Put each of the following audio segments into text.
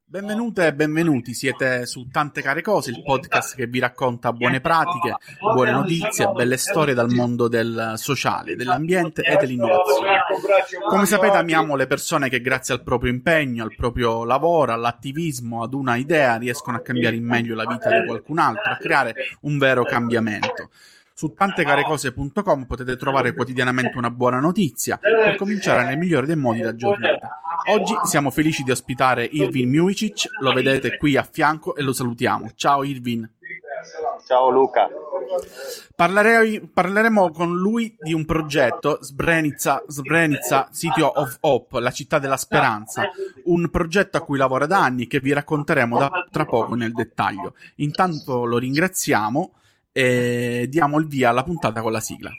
Benvenute e benvenuti, siete su Tante Care Cose, il podcast che vi racconta buone pratiche, buone notizie, belle storie dal mondo del sociale, dell'ambiente e dell'innovazione. Come sapete amiamo le persone che grazie al proprio impegno, al proprio lavoro, all'attivismo, ad una idea riescono a cambiare in meglio la vita di qualcun altro, a creare un vero cambiamento. Su tantecarecose.com potete trovare quotidianamente una buona notizia per cominciare nel migliore dei modi la giornata. Oggi siamo felici di ospitare Irvin Mujicic, lo vedete qui a fianco e lo salutiamo. Ciao Irvin. Ciao Luca. Parleremo con lui di un progetto, Srebrenica City of Hope, la città della speranza, un progetto a cui lavora da anni che vi racconteremo tra poco nel dettaglio. Intanto lo ringraziamo e diamo il via alla puntata con la sigla.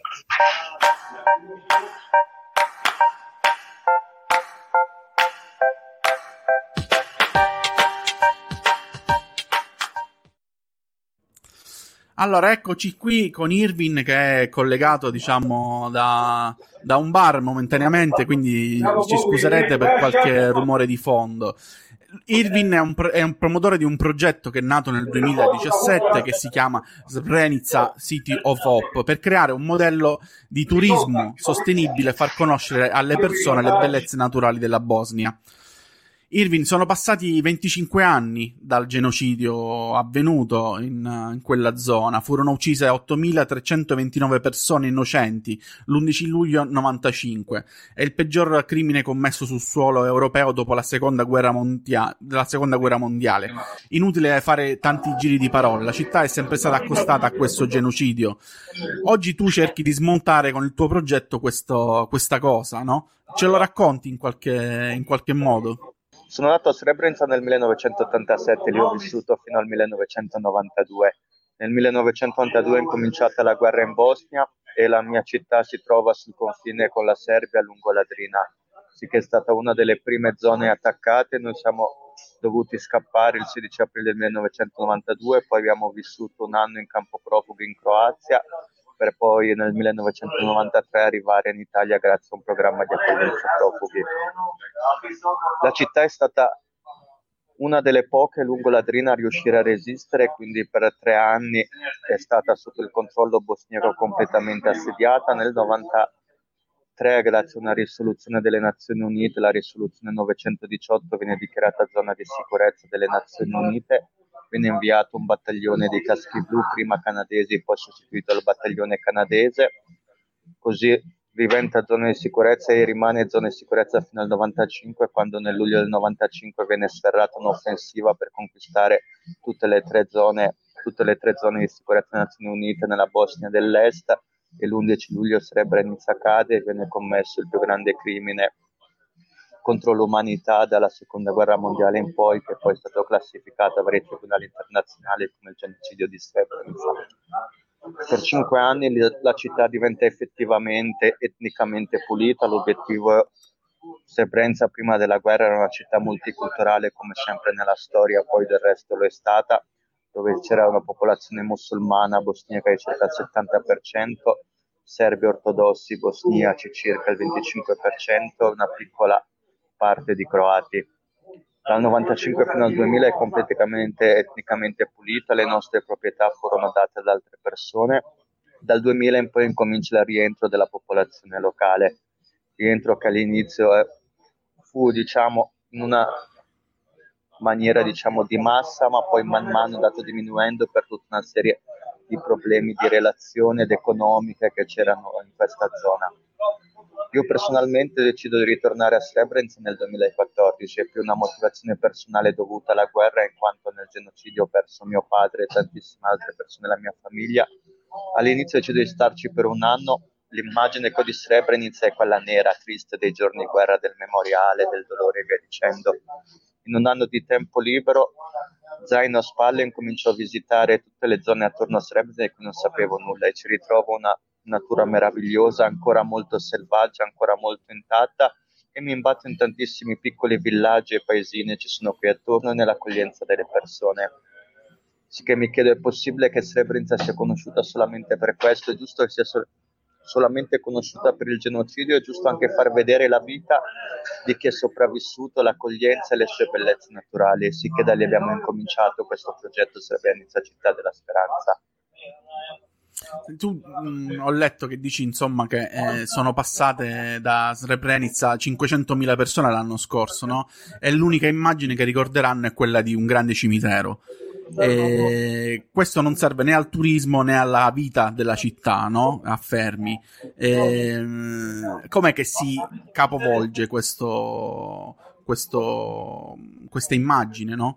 Allora, eccoci qui con Irvin che è collegato, diciamo, da un bar momentaneamente, quindi ci scuserete per qualche rumore di fondo. Irvin è un promotore di un progetto che è nato nel 2017 che si chiama Srebrenica City of Hope per creare un modello di turismo sostenibile e far conoscere alle persone le bellezze naturali della Bosnia. Irvin, sono passati 25 anni dal genocidio avvenuto in quella zona. Furono uccise 8.329 persone innocenti l'11 luglio 95. È il peggior crimine commesso sul suolo europeo dopo la seconda guerra mondiale. Inutile fare tanti giri di parole, la città è sempre stata accostata a questo genocidio. Oggi tu cerchi di smontare con il tuo progetto questa cosa, no? Ce lo racconti in qualche modo? Sono nato a Srebrenica nel 1987, lì ho vissuto fino al 1992. Nel 1992 è incominciata la guerra in Bosnia e la mia città si trova sul confine con la Serbia lungo la Drina. Sì che è stata una delle prime zone attaccate, noi siamo dovuti scappare il 16 aprile del 1992, poi abbiamo vissuto un anno in campo profughi in Croazia, per poi nel 1993 arrivare in Italia grazie a un programma di accoglienza profughi. La città è stata una delle poche lungo la Drina a riuscire a resistere, quindi per 3 anni è stata sotto il controllo bosniaco completamente assediata. Nel 93, grazie a una risoluzione delle Nazioni Unite, la risoluzione 918, viene dichiarata zona di sicurezza delle Nazioni Unite, viene inviato un battaglione dei caschi blu, prima canadesi, poi sostituito dal battaglione canadese, così diventa zona di sicurezza e rimane zona di sicurezza fino al 95, quando nel luglio del 95 viene sferrata un'offensiva per conquistare tutte le tre zone di sicurezza delle Nazioni Unite nella Bosnia dell'Est, e l'11 luglio Srebrenica cade e viene commesso il più grande crimine contro l'umanità dalla seconda guerra mondiale in poi, che poi è stato classificato da vari tribunali internazionali come il genocidio di Srebrenica. Per 5 anni la città diventa effettivamente etnicamente pulita. L'obiettivo Srebrenica prima della guerra era una città multiculturale, come sempre nella storia, poi del resto lo è stata, dove c'era una popolazione musulmana bosniaca di circa il 70%, serbi ortodossi bosniaci circa il 25%, una piccola parte di croati. Dal 95 fino al 2000 è completamente etnicamente pulita, le nostre proprietà furono date ad altre persone. Dal 2000 in poi incomincia il rientro della popolazione locale, rientro che all'inizio fu, diciamo, in una maniera, diciamo, di massa, ma poi man mano è andato diminuendo per tutta una serie di problemi di relazione ed economiche che c'erano in questa zona. Io personalmente decido di ritornare a Srebrenica nel 2014, è più una motivazione personale dovuta alla guerra, in quanto nel genocidio ho perso mio padre e tantissime altre persone della mia famiglia. All'inizio decido di starci per un anno, l'immagine che ho di Srebrenica è quella nera, triste dei giorni di guerra, del memoriale, del dolore e via dicendo. In un anno di tempo libero, zaino a spalle, incomincio a visitare tutte le zone attorno a Srebrenica di cui non sapevo nulla e ci ritrovo una natura meravigliosa, ancora molto selvaggia, ancora molto intatta, e mi imbatto in tantissimi piccoli villaggi e paesini che ci sono qui attorno nell'accoglienza delle persone. Sì che mi chiedo, è possibile che Srebrenica sia conosciuta solamente per questo? È giusto che sia solamente conosciuta per il genocidio, è giusto anche far vedere la vita di chi è sopravvissuto, l'accoglienza e le sue bellezze naturali, e sì che da lì abbiamo incominciato questo progetto Srebrenica Città della Speranza. Tu ho letto che dici insomma che sono passate da Srebrenica 500.000 persone l'anno scorso, no? E l'unica immagine che ricorderanno è quella di un grande cimitero. E questo non serve né al turismo né alla vita della città, no? Affermi. Com'è che si capovolge questa immagine, no?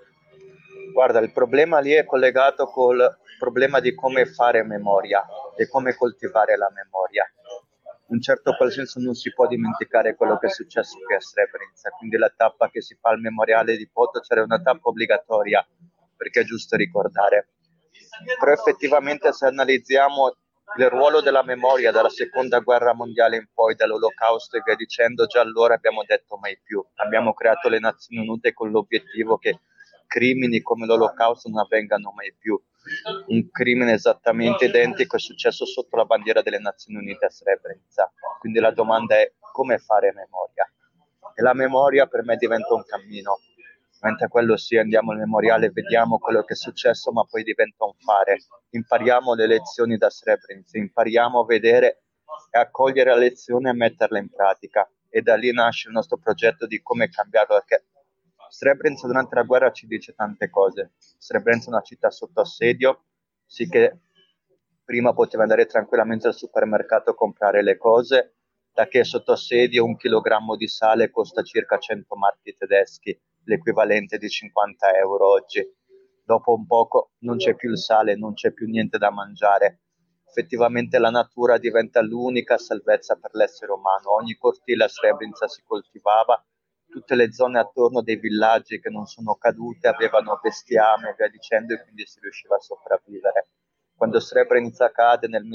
Guarda, il problema lì è collegato col problema di come fare memoria e come coltivare la memoria. In un certo qual senso non si può dimenticare quello che è successo qui a Srebrenica, quindi la tappa che si fa al memoriale di Potocari è una tappa obbligatoria, perché è giusto ricordare. Però effettivamente se analizziamo il ruolo della memoria dalla seconda guerra mondiale in poi, dall'olocausto e via dicendo, già allora abbiamo detto mai più. Abbiamo creato le Nazioni Unite con l'obiettivo che crimini come l'olocausto non avvengano mai più. Un crimine esattamente identico è successo sotto la bandiera delle Nazioni Unite a Srebrenica. Quindi la domanda è come fare memoria? E la memoria per me diventa un cammino, mentre quello sì, andiamo al memoriale, vediamo quello che è successo, ma poi diventa un fare. Impariamo le lezioni da Srebrenica, impariamo a vedere e a cogliere la lezione e metterla in pratica. E da lì nasce il nostro progetto di come cambiarlo, perché Srebrenica durante la guerra ci dice tante cose. Srebrenica è una città sotto assedio, sì che prima poteva andare tranquillamente al supermercato a comprare le cose, da che è sotto assedio 1 chilogrammo di sale costa circa 100 marchi tedeschi, l'equivalente di 50 euro oggi. Dopo un poco non c'è più il sale, non c'è più niente da mangiare. Effettivamente la natura diventa l'unica salvezza per l'essere umano. Ogni cortile a Srebrenica si coltivava, tutte le zone attorno dei villaggi che non sono cadute avevano bestiame e via dicendo, e quindi si riusciva a sopravvivere. Quando Srebrenica cade nel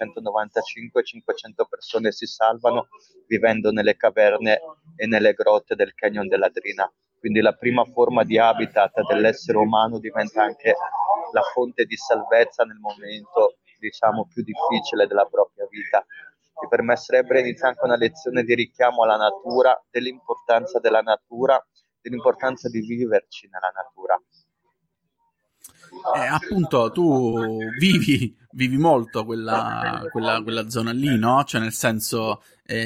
1995, 500 persone si salvano vivendo nelle caverne e nelle grotte del Canyon della Drina. Quindi la prima forma di habitat dell'essere umano diventa anche la fonte di salvezza nel momento, diciamo, più difficile della propria vita. E per me Srebrenica è anche una lezione di richiamo alla natura, dell'importanza della natura, dell'importanza di viverci nella natura. Appunto, tu vivi molto quella zona lì, no? Cioè, nel senso,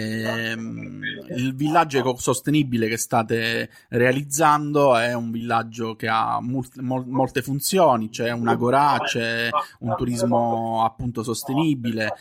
il villaggio ecosostenibile che state realizzando è un villaggio che ha molte funzioni, c'è un'agorà, c'è un turismo appunto sostenibile,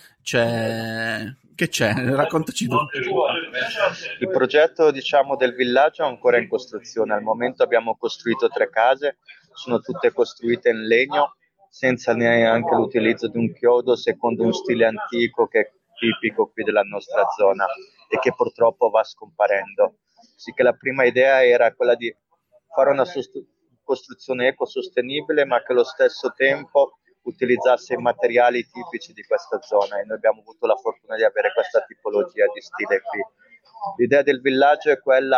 Che c'è? Raccontaci tu. Il progetto, diciamo, del villaggio è ancora in costruzione. Al momento abbiamo costruito 3 case, sono tutte costruite in legno, senza neanche l'utilizzo di un chiodo, secondo un stile antico che è tipico qui della nostra zona e che purtroppo va scomparendo. Sì che la prima idea era quella di fare una costruzione ecosostenibile, ma che allo stesso tempo utilizzasse i materiali tipici di questa zona, e noi abbiamo avuto la fortuna di avere questa tipologia di stile qui. L'idea del villaggio è quella,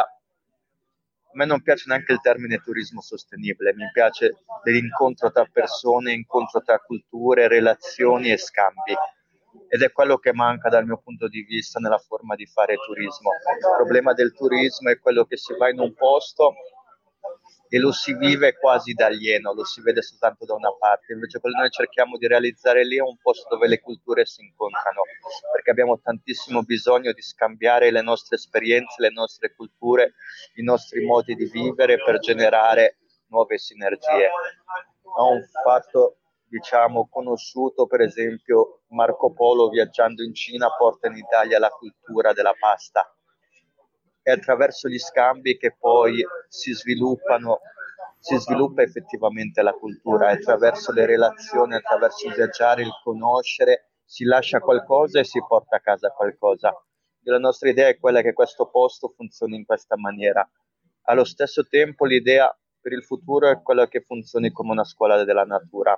a me non piace neanche il termine turismo sostenibile, mi piace l'incontro tra persone, incontro tra culture, relazioni e scambi, ed è quello che manca dal mio punto di vista nella forma di fare turismo. Il problema del turismo è quello che si va in un posto e lo si vive quasi da alieno, lo si vede soltanto da una parte, invece quello che noi cerchiamo di realizzare lì è un posto dove le culture si incontrano, perché abbiamo tantissimo bisogno di scambiare le nostre esperienze, le nostre culture, i nostri modi di vivere per generare nuove sinergie. Ho un fatto, diciamo, conosciuto, per esempio Marco Polo viaggiando in Cina porta in Italia la cultura della pasta. È attraverso gli scambi che poi si sviluppa effettivamente la cultura, è attraverso le relazioni, attraverso il viaggiare, il conoscere, si lascia qualcosa e si porta a casa qualcosa. La nostra idea è quella che questo posto funzioni in questa maniera. Allo stesso tempo l'idea per il futuro è quella che funzioni come una scuola della natura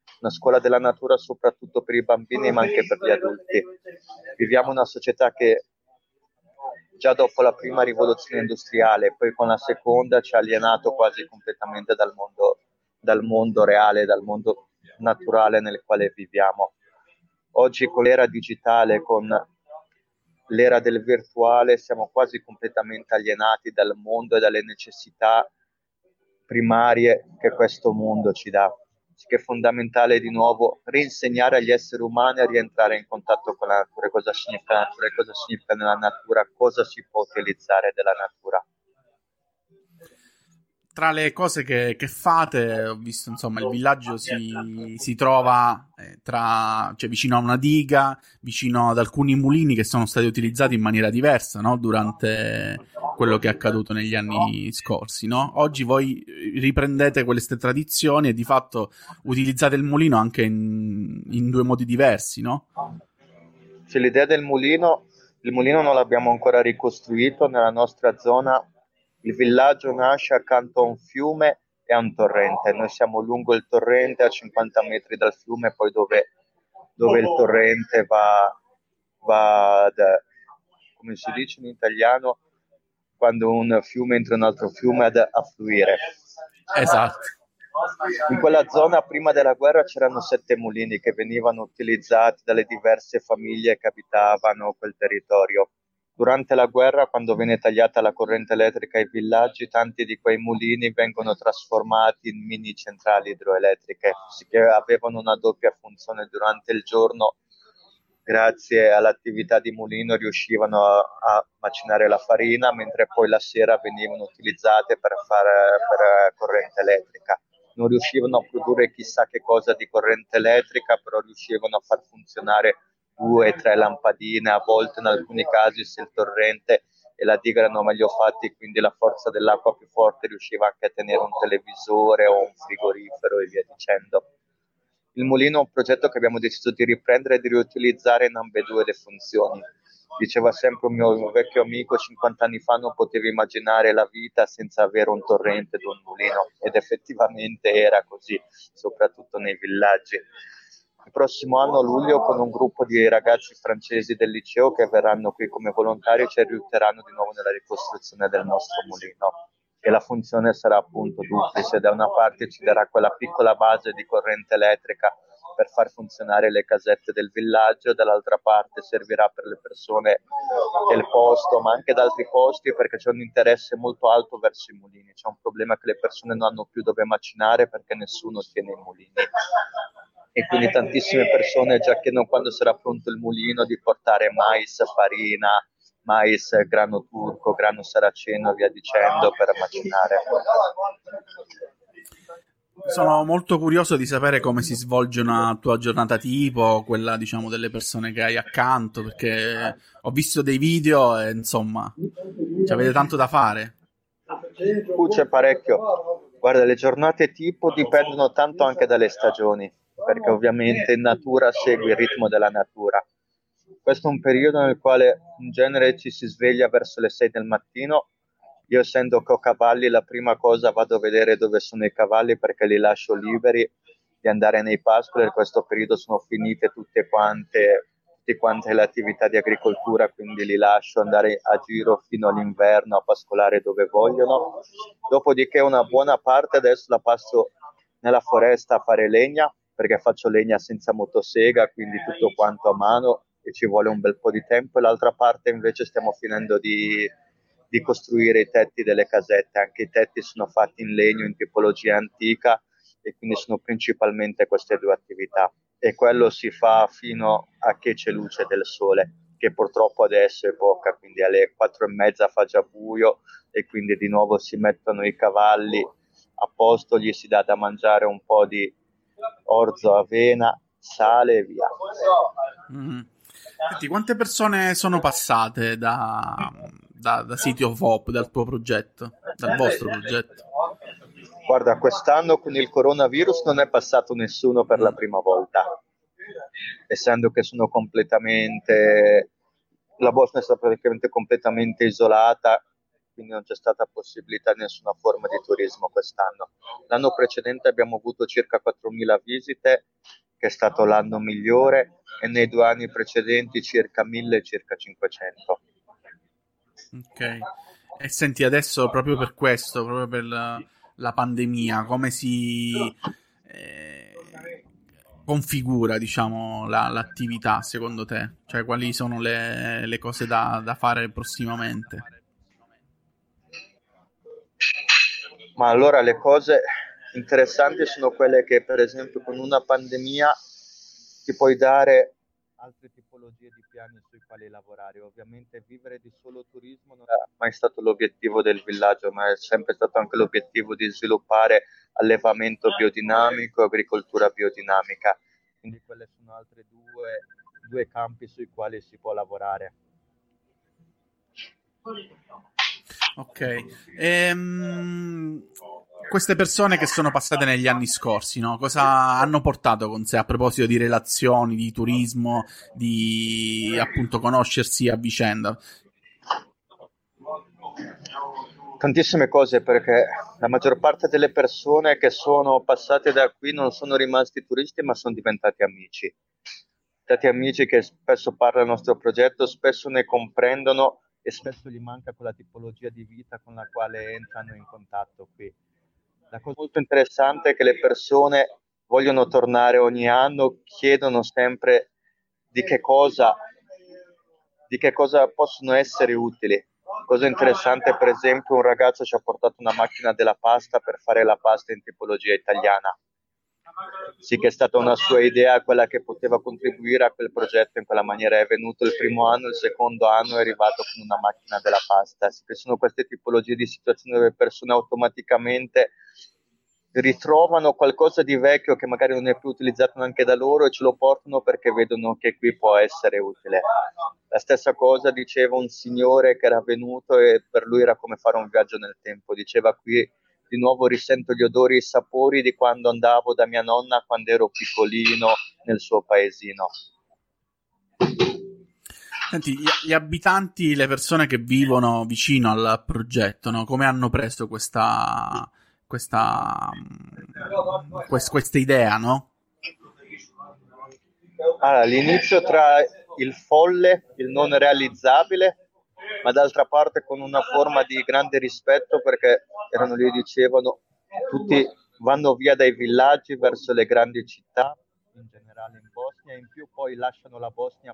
soprattutto per i bambini ma anche per gli adulti. Viviamo in una società che già dopo la prima rivoluzione industriale, poi con la seconda, ci ha alienato quasi completamente dal mondo reale, dal mondo naturale nel quale viviamo. Oggi con l'era digitale, con l'era del virtuale, siamo quasi completamente alienati dal mondo e dalle necessità primarie che questo mondo ci dà. Che è fondamentale di nuovo rinsegnare agli esseri umani a rientrare in contatto con la natura, cosa significa la natura, cosa significa nella natura, cosa si può utilizzare della natura. Tra le cose che fate, ho visto, insomma, il villaggio si trova cioè, vicino a una diga, vicino ad alcuni mulini che sono stati utilizzati in maniera diversa, no? Durante quello che è accaduto negli anni scorsi, no? Oggi voi riprendete queste tradizioni e di fatto utilizzate il mulino anche in due modi diversi, no? C'è l'idea del mulino, il mulino non l'abbiamo ancora ricostruito nella nostra zona. Il villaggio nasce accanto a un fiume e a un torrente. Noi siamo lungo il torrente, a 50 metri dal fiume, poi dove il torrente va come si dice in italiano, quando un fiume entra in un altro fiume, ad affluire. Esatto. In quella zona prima della guerra c'erano 7 mulini che venivano utilizzati dalle diverse famiglie che abitavano quel territorio. Durante la guerra, quando viene tagliata la corrente elettrica ai villaggi, tanti di quei mulini vengono trasformati in mini centrali idroelettriche, che avevano una doppia funzione. Durante il giorno, grazie all'attività di mulino, riuscivano a macinare la farina, mentre poi la sera venivano utilizzate per corrente elettrica. Non riuscivano a produrre chissà che cosa di corrente elettrica, però riuscivano a far funzionare 2 o 3 lampadine, a volte in alcuni casi se il torrente e la diga erano meglio fatti, quindi la forza dell'acqua più forte, riusciva anche a tenere un televisore o un frigorifero e via dicendo. Il mulino è un progetto che abbiamo deciso di riprendere e di riutilizzare in ambedue le funzioni. Diceva sempre un mio vecchio amico, 50 anni fa non potevi immaginare la vita senza avere un torrente ed un mulino, ed effettivamente era così, soprattutto nei villaggi. Il prossimo anno, a luglio, con un gruppo di ragazzi francesi del liceo che verranno qui come volontari, ci aiuteranno di nuovo nella ricostruzione del nostro mulino. E la funzione sarà appunto duplice. Da una parte ci darà quella piccola base di corrente elettrica per far funzionare le casette del villaggio, dall'altra parte servirà per le persone del posto, ma anche da altri posti, perché c'è un interesse molto alto verso i mulini. C'è un problema che le persone non hanno più dove macinare perché nessuno tiene i mulini. E quindi tantissime persone già chiedono, quando sarà pronto il mulino, di portare mais, farina, mais, grano turco, grano saraceno, via dicendo, per macinare. Sono molto curioso di sapere come si svolge una tua giornata tipo, quella diciamo delle persone che hai accanto, perché ho visto dei video e insomma, avete tanto da fare. C'è parecchio. Guarda, le giornate tipo dipendono tanto anche dalle stagioni, perché ovviamente in natura segue il ritmo della natura. Questo è un periodo nel quale in genere ci si sveglia verso le 6 del mattino. Io, essendo che ho cavalli, la prima cosa vado a vedere dove sono i cavalli, perché li lascio liberi di andare nei pascoli. In questo periodo sono finite tutte quante le attività di agricoltura, quindi li lascio andare a giro fino all'inverno a pascolare dove vogliono. Dopodiché una buona parte adesso la passo nella foresta a fare legna, perché faccio legna senza motosega, quindi tutto quanto a mano e ci vuole un bel po' di tempo. E l'altra parte invece stiamo finendo di costruire i tetti delle casette. Anche i tetti sono fatti in legno, in tipologia antica, e quindi sono principalmente queste due attività. E quello si fa fino a che c'è luce del sole, che purtroppo adesso è poca, quindi alle 4:30 fa già buio e quindi di nuovo si mettono i cavalli a posto, gli si dà da mangiare un po' di orzo, avena, sale e via. Mm. Senti, quante persone sono passate da City of Hope, dal tuo progetto, dal vostro progetto? Guarda, quest'anno con il coronavirus non è passato nessuno per la prima volta, essendo che la Bosnia è stata praticamente completamente isolata, quindi non c'è stata possibilità di nessuna forma di turismo quest'anno. L'anno precedente abbiamo avuto circa 4.000 visite, che è stato l'anno migliore, e nei 2 anni precedenti circa 1.000 e circa 500. Ok. E senti, adesso proprio per questo, proprio per la pandemia, come configura, diciamo, l'attività secondo te? Cioè, quali sono le cose da fare prossimamente? Ma allora le cose interessanti sono quelle che, per esempio, con una pandemia ti puoi dare altre tipologie di piani sui quali lavorare. Ovviamente vivere di solo turismo non è mai stato l'obiettivo del villaggio, ma è sempre stato anche l'obiettivo di sviluppare allevamento biodinamico e agricoltura biodinamica. Quindi quelle sono altre due campi sui quali si può lavorare. Ok. Queste persone che sono passate negli anni scorsi, no? Cosa hanno portato con sé a proposito di relazioni, di turismo, di appunto conoscersi a vicenda? Tantissime cose, perché la maggior parte delle persone che sono passate da qui non sono rimasti turisti, ma sono diventati amici. Stati amici che spesso parlano del nostro progetto, spesso ne comprendono e spesso gli manca quella tipologia di vita con la quale entrano in contatto qui. La cosa molto interessante è che le persone vogliono tornare ogni anno, chiedono sempre di che cosa, di che cosa possono essere utili. Cosa interessante, per esempio, un ragazzo ci ha portato una macchina della pasta per fare la pasta in tipologia italiana. Sì, che è stata una sua idea, quella che poteva contribuire a quel progetto in quella maniera. È venuto il primo anno, il secondo anno è arrivato con una macchina della pasta. Sì, che sono queste tipologie di situazioni dove le persone automaticamente ritrovano qualcosa di vecchio che magari non è più utilizzato neanche da loro e ce lo portano perché vedono che qui può essere utile. La stessa cosa diceva un signore che era venuto e per lui era come fare un viaggio nel tempo. Diceva: qui di nuovo risento gli odori e i sapori di quando andavo da mia nonna quando ero piccolino nel suo paesino. Senti, gli abitanti, le persone che vivono vicino al progetto, no? Come hanno preso questa idea, no? Allora, l'inizio tra il folle, il non realizzabile, ma d'altra parte con una forma di grande rispetto, perché erano lì e dicevano tutti vanno via dai villaggi verso le grandi città, in generale in Bosnia, e in più poi lasciano la Bosnia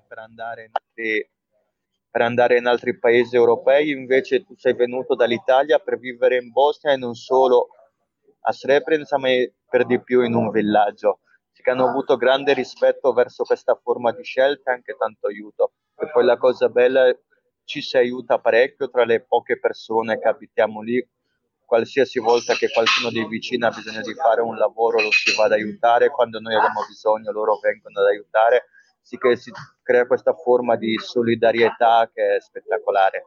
per andare in altri paesi europei. Invece tu sei venuto dall'Italia per vivere in Bosnia e non solo a Srebrenica, ma per di più in un villaggio. Che hanno avuto grande rispetto verso questa forma di scelta e anche tanto aiuto. E poi la cosa bella è che ci si aiuta parecchio tra le poche persone che abitiamo lì. Qualsiasi volta che qualcuno dei vicini ha bisogno di fare un lavoro lo si va ad aiutare, quando noi abbiamo bisogno loro vengono ad aiutare, sì che si crea questa forma di solidarietà che è spettacolare.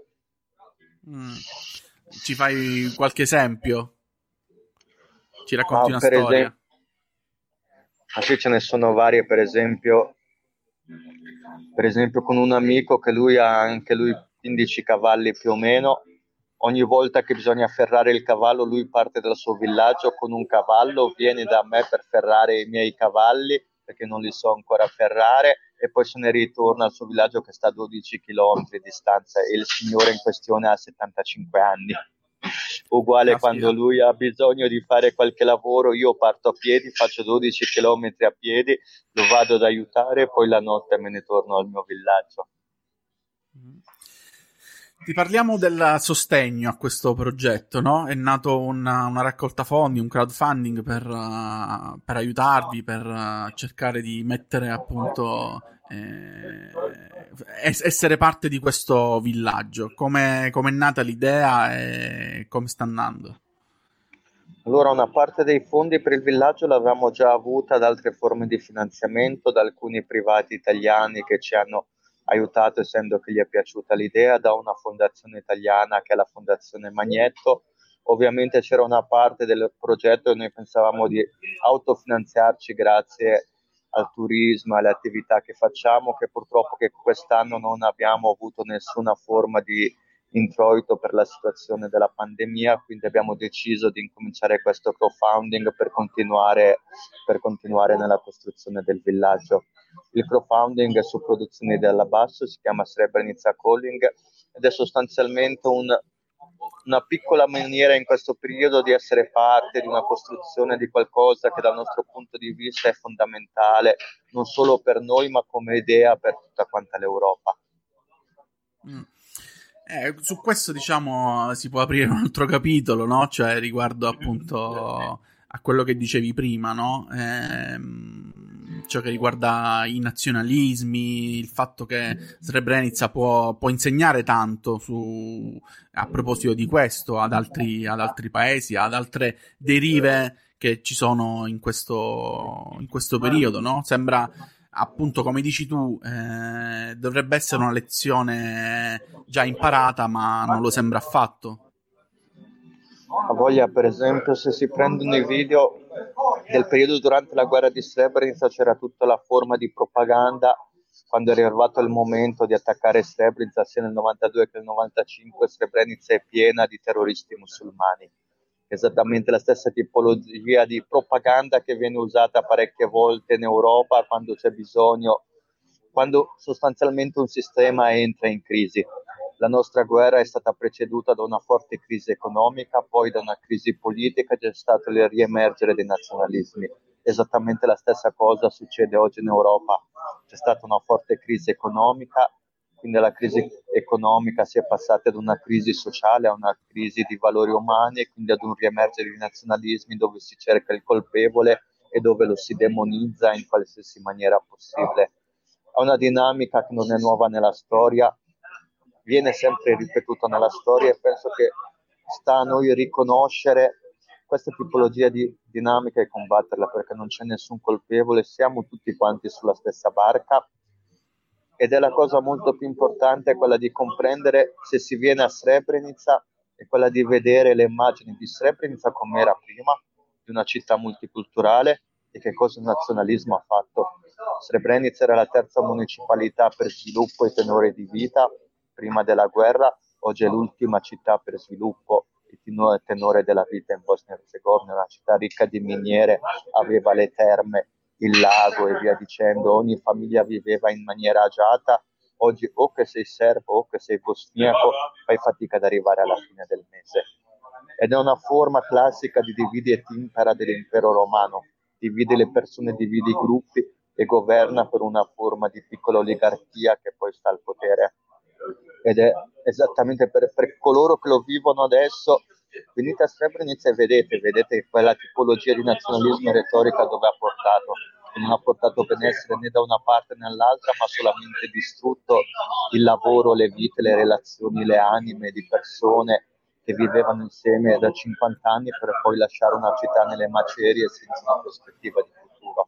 Ci fai qualche esempio? Ci racconti una Per storia? sì, ce ne sono varie, per esempio con un amico che lui ha anche lui 15 cavalli più o meno. Ogni volta che bisogna ferrare il cavallo, lui parte dal suo villaggio con un cavallo, viene da me per ferrare i miei cavalli, perché non li so ancora ferrare, e poi se ne ritorna al suo villaggio che sta a 12 km di distanza, e il signore in questione ha 75 anni. Uguale, quando Caspita. lui ha bisogno di fare qualche lavoro, io parto a piedi, faccio 12 km a piedi, lo vado ad aiutare e poi la notte me ne torno al mio villaggio. Ti parliamo del sostegno a questo progetto, no? È nato una raccolta fondi, un crowdfunding per aiutarvi, per cercare di mettere appunto essere parte di questo villaggio. Come è nata l'idea e come sta andando? Allora, una parte dei fondi per il villaggio l'avevamo già avuta da altre forme di finanziamento, da alcuni privati italiani che ci hanno aiutato, essendo che gli è piaciuta l'idea, da una fondazione italiana che è la Fondazione Magnetto. Ovviamente c'era una parte del progetto e noi pensavamo di autofinanziarci grazie al turismo, alle attività che facciamo, che purtroppo che quest'anno non abbiamo avuto nessuna forma di introito per la situazione della pandemia, quindi abbiamo deciso di incominciare questo crowdfunding per continuare nella costruzione del villaggio. Il crowdfunding è su produzioni della Basso, si chiama Srebrenica Calling ed è sostanzialmente un una piccola maniera in questo periodo di essere parte di una costruzione di qualcosa che dal nostro punto di vista è fondamentale, non solo per noi, ma come idea per tutta quanta l'Europa. Su questo, diciamo, si può aprire un altro capitolo, no? Cioè, riguardo appunto a quello che dicevi prima, no? Ciò che riguarda i nazionalismi, il fatto che Srebrenica può insegnare tanto a proposito di questo ad altri paesi, ad altre derive che ci sono in questo periodo, no? Sembra, appunto, come dici tu, dovrebbe essere una lezione già imparata, ma non lo sembra affatto. A voglia, per esempio, se si prendono i video del periodo durante la guerra di Srebrenica, c'era tutta la forma di propaganda. Quando è arrivato il momento di attaccare Srebrenica, sia nel 92 che nel 95, Srebrenica è piena di terroristi musulmani. Esattamente la stessa tipologia di propaganda che viene usata parecchie volte in Europa quando c'è bisogno, quando sostanzialmente un sistema entra in crisi. La nostra guerra è stata preceduta da una forte crisi economica, poi da una crisi politica, c'è stato il riemergere dei nazionalismi. Esattamente la stessa cosa succede oggi in Europa. C'è stata una forte crisi economica, quindi dalla crisi economica si è passati ad una crisi sociale, a una crisi di valori umani e quindi ad un riemergere di nazionalismi dove si cerca il colpevole e dove lo si demonizza in qualsiasi maniera possibile. È una dinamica che non è nuova nella storia, viene sempre ripetuta nella storia e penso che sta a noi riconoscere questa tipologia di dinamica e combatterla, perché non c'è nessun colpevole, siamo tutti quanti sulla stessa barca, ed è la cosa molto più importante quella di comprendere, se si viene a Srebrenica, è quella di vedere le immagini di Srebrenica come era prima, di una città multiculturale, e che cosa il nazionalismo ha fatto. Srebrenica era la terza municipalità per sviluppo e tenore di vita prima della guerra, oggi è l'ultima città per sviluppo e tenore della vita in Bosnia e Erzegovina, una città ricca di miniere, aveva le terme, il lago e via dicendo, ogni famiglia viveva in maniera agiata. Oggi o che sei serbo o che sei bosniaco fai fatica ad arrivare alla fine del mese, ed è una forma classica di dividi et impera dell'impero romano, divide le persone, divide i gruppi e governa per una forma di piccola oligarchia che poi sta al potere. Ed è esattamente per coloro che lo vivono adesso, venite a Srebrenica e vedete quella tipologia di nazionalismo e retorica dove ha portato. Non ha portato benessere né da una parte né dall'altra, ma solamente distrutto il lavoro, le vite, le relazioni, le anime di persone che vivevano insieme da 50 anni per poi lasciare una città nelle macerie senza una prospettiva di futuro.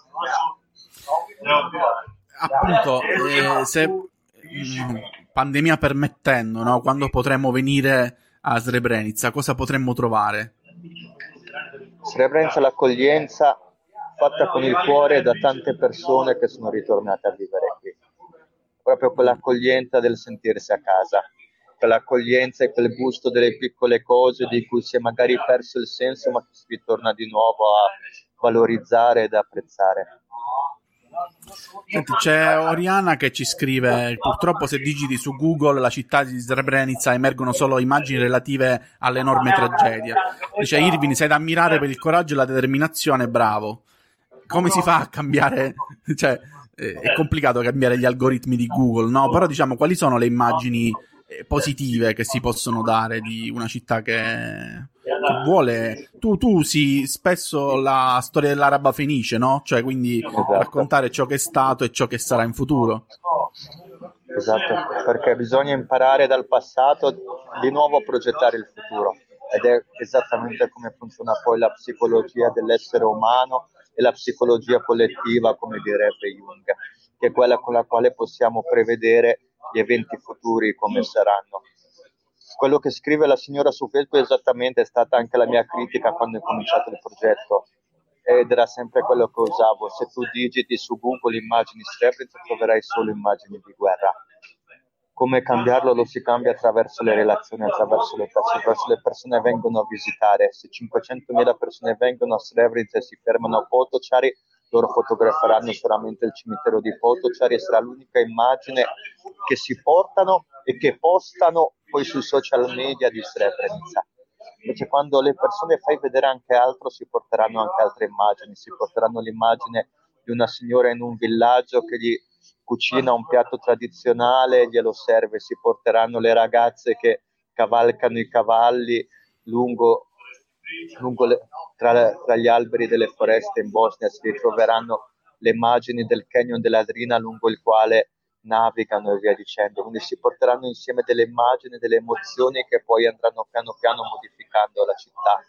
Appunto, se pandemia permettendo, no? Quando potremo venire a Srebrenica, cosa potremmo trovare? Srebrenica è l'accoglienza fatta con il cuore da tante persone che sono ritornate a vivere qui. Proprio quell'accoglienza del sentirsi a casa, quell'accoglienza e quel gusto delle piccole cose di cui si è magari perso il senso, ma che si ritorna di nuovo a valorizzare ed apprezzare. Senti, c'è Oriana che ci scrive: purtroppo se digiti su Google la città di Srebrenica emergono solo immagini relative all'enorme tragedia. Dice: Irvine, sei da ammirare per il coraggio e la determinazione, bravo. Come si fa a cambiare? Cioè, è complicato cambiare gli algoritmi di Google, no? Però diciamo, quali sono le immagini positive che si possono dare di una città che vuole. Tu usi spesso la storia dell'Araba Fenice, no? Cioè, quindi raccontare ciò che è stato e ciò che sarà in futuro. Esatto, perché bisogna imparare dal passato di nuovo a progettare il futuro, ed è esattamente come funziona poi la psicologia dell'essere umano e la psicologia collettiva, come direbbe Jung, che è quella con la quale possiamo prevedere gli eventi futuri come saranno. Quello che scrive la signora su Facebook esattamente è stata anche la mia critica quando è cominciato il progetto, ed era sempre quello che usavo: se tu digiti su Google immagini Srebrenica troverai solo immagini di guerra. Come cambiarlo? Lo si cambia attraverso le relazioni, attraverso le persone vengono a visitare. Se 500.000 persone vengono a Srebrenica e si fermano a Potocari, loro fotograferanno solamente il cimitero di Potocari e sarà l'unica immagine che si portano e che postano poi sui social media di Srebrenica. Invece quando le persone fai vedere anche altro, si porteranno anche altre immagini, si porteranno l'immagine di una signora in un villaggio che gli cucina un piatto tradizionale e glielo serve, si porteranno le ragazze che cavalcano i cavalli tra gli alberi delle foreste in Bosnia, si ritroveranno le immagini del Canyon della Drina lungo il quale navigano e via dicendo, quindi si porteranno insieme delle immagini, delle emozioni che poi andranno piano piano modificando la città.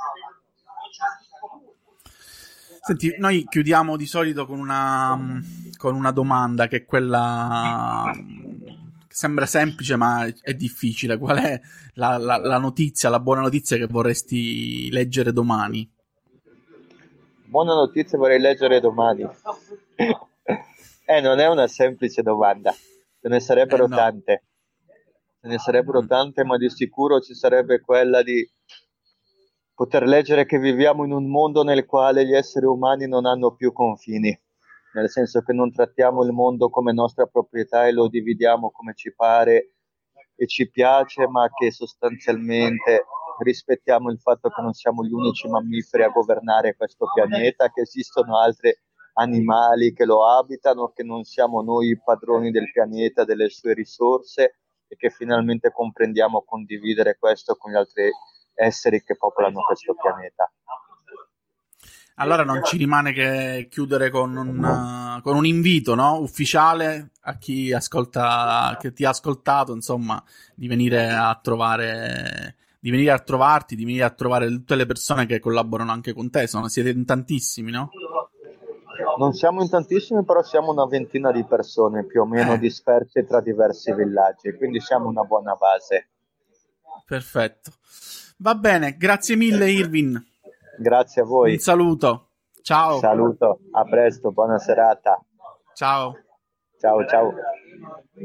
Senti, noi chiudiamo di solito con una domanda che è quella che sembra semplice ma è difficile. Qual è la notizia, la buona notizia che vorresti leggere domani? Buona notizia vorrei leggere domani. Non è una semplice domanda, ce ne sarebbero No. tante. Ce ne sarebbero tante, ma di sicuro ci sarebbe quella di poter leggere che viviamo in un mondo nel quale gli esseri umani non hanno più confini, nel senso che non trattiamo il mondo come nostra proprietà e lo dividiamo come ci pare e ci piace, ma che sostanzialmente rispettiamo il fatto che non siamo gli unici mammiferi a governare questo pianeta, che esistono altri animali che lo abitano, che non siamo noi i padroni del pianeta, delle sue risorse, e che finalmente comprendiamo condividere questo con gli altri esseri che popolano questo pianeta. Allora non ci rimane che chiudere con un invito, no? Ufficiale a chi ascolta, che ti ha ascoltato, insomma, di venire a trovarti, di venire a trovare tutte le persone che collaborano anche con te. Siete in tantissimi, no? Non siamo in tantissimi, però siamo una ventina di persone più o meno disperse tra diversi villaggi, quindi siamo una buona base. Perfetto. Va bene, grazie mille Irvin. Grazie a voi. Un saluto. Ciao. Saluto, a presto, buona serata. Ciao. Ciao, ciao.